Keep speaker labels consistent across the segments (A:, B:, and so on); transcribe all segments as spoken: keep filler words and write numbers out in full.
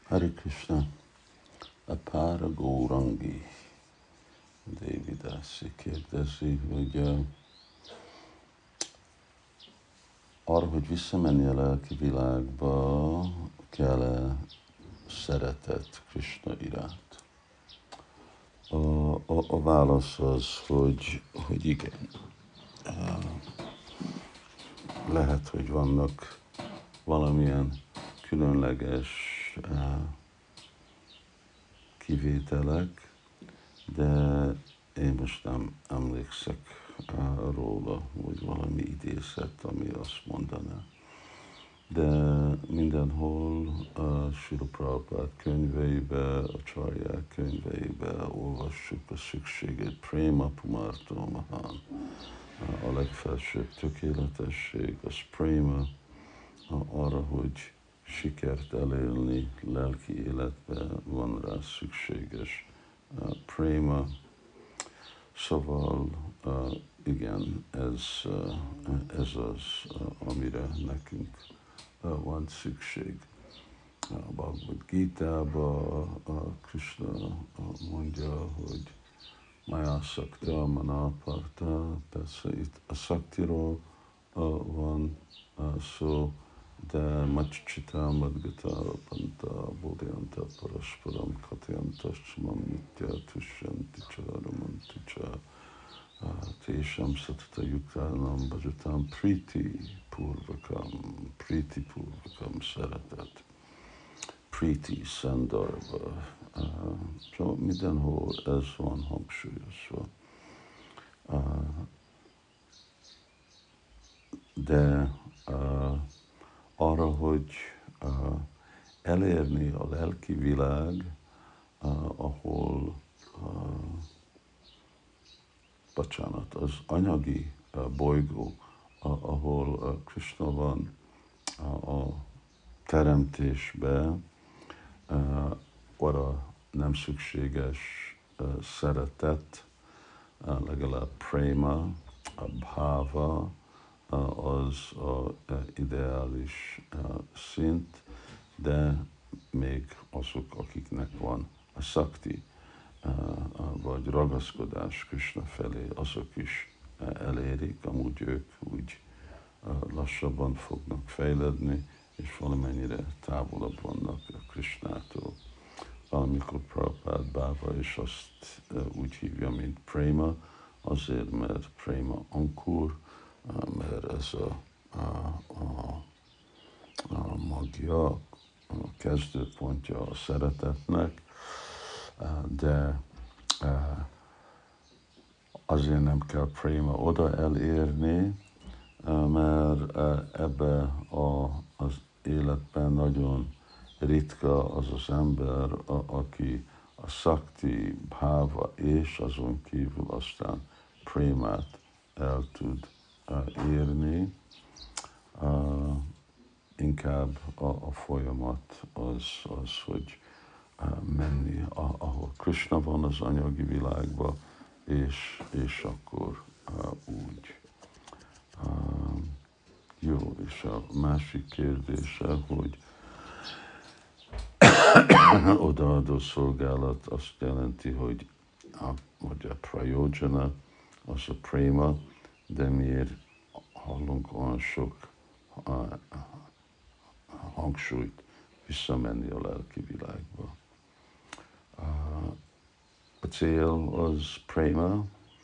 A: Hare Krishna, Apara Gaurangi, Devidasi kérdezi, hogy uh, arra, hogy visszamenni a lelki világba, kell-e szeretet Krishna iránt? A, a, a válasz az, hogy, hogy igen. Uh, lehet, hogy vannak valamilyen különleges uh, kivételek, de én most nem emlékszek uh, róla, hogy valami idézet, ami azt mondaná. De mindenhol a Srila Prabhupád könyveibe, a Csarják könyveibe olvassuk a szükséget, Prema Pumarto Mahan, a legfelsőbb tökéletesség, az Prema, arra, hogy sikert elérni lelki életbe van rá szükséges uh, Prema. Szóval uh, igen, ez, uh, ez az, uh, amire nekünk uh, van szükség. A Bhagavad Gita-ba uh, Krishna uh, mondja, hogy Maya Sakta Manaparta, persze itt a Saktiról uh, van uh, szó, de Maccsita Madgata Panta Bodhyanta Parasparam Katyanta Smam Nitya Tushanti Charamanti Cha Tésam Satata Yuktánam Bhajatam Priti Purvakam, Priti Purvakam szeretet, Priti Sandarva. Szóval mindenhol ez van hangsúlyozva. De arra, hogy elérni a lelki világ, ahol bocsánat, az anyagi bolygó, ahol Krishna van a teremtésben, arra nem szükséges szeretet, legalább prema, a bhava, az az ideális szint, de még azok, akiknek van a szakti, vagy ragaszkodás Krishna felé, azok is elérik, amúgy ők úgy lassabban fognak fejledni, és valamennyire távolabb vannak a Krishnától. Valamikor Prabhupád Báva is azt úgy hívja, mint Prema, azért, mert Prema Ankur, mert ez a, a, a, a magja, a kezdőpontja a szeretetnek, de azért nem kell Prema oda elérni, mert ebbe a, az életben nagyon ritka az az ember, a, aki a szakti, bháva és azon kívül aztán prémát el tud érni. Uh, inkább a, a folyamat az, az hogy uh, menni, a, ahol Krishna van az anyagi világban, és, és akkor uh, úgy. Uh, jó, és a másik kérdése, hogy odaadó szolgálat azt jelenti, hogy a, hogy a prajojana, az a prema, de miért hallunk olyan sok a, a, a hangsúlyt visszamenni a lelki világba. A, a cél az prema,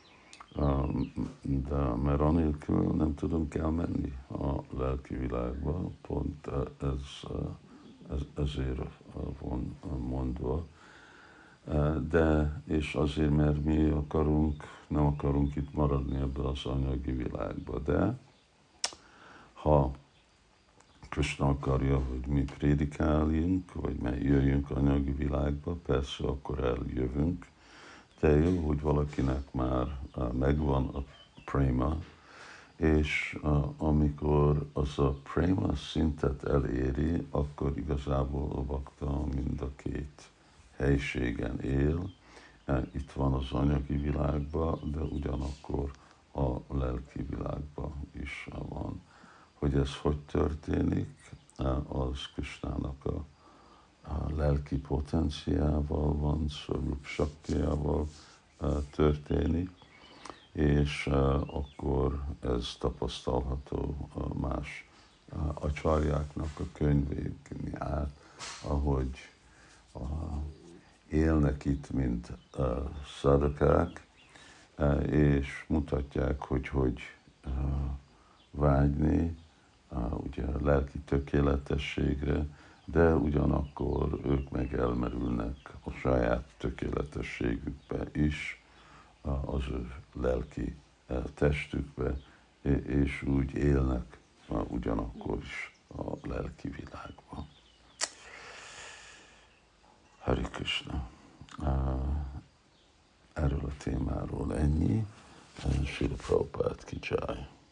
A: de mert anélkül nem tudunk elmenni a lelki világba, pont ez, ez, ezért van mondva. De, és azért, mert mi akarunk, nem akarunk itt maradni ebbe az anyagi világba, de ha Krishna akarja, hogy mi prédikáljunk, vagy mi jöjjünk anyagi világba, persze akkor eljövünk, de jó, hogy valakinek már megvan a prema, és amikor az a prema szintet eléri, akkor igazából a bakta mind a két helységen él. Itt van az anyagi világban, de ugyanakkor a lelki világban is van. Hogy ez hogy történik, az Krishnának a lelki potenciával van, Swarup Shaktiával történik, és akkor ez tapasztalható más acsarjáknak a könyvékni át, ahogy élnek itt, mint szadakák, és mutatják, hogy hogy vágyni ugye a lelki tökéletességre, de ugyanakkor ők meg elmerülnek a saját tökéletességükbe is, az ő lelki testükbe, és úgy élnek ugyanakkor is a lelki világban. Hari Krishna. Erről a témáról ennyi. Srila Prabhupád ki jai.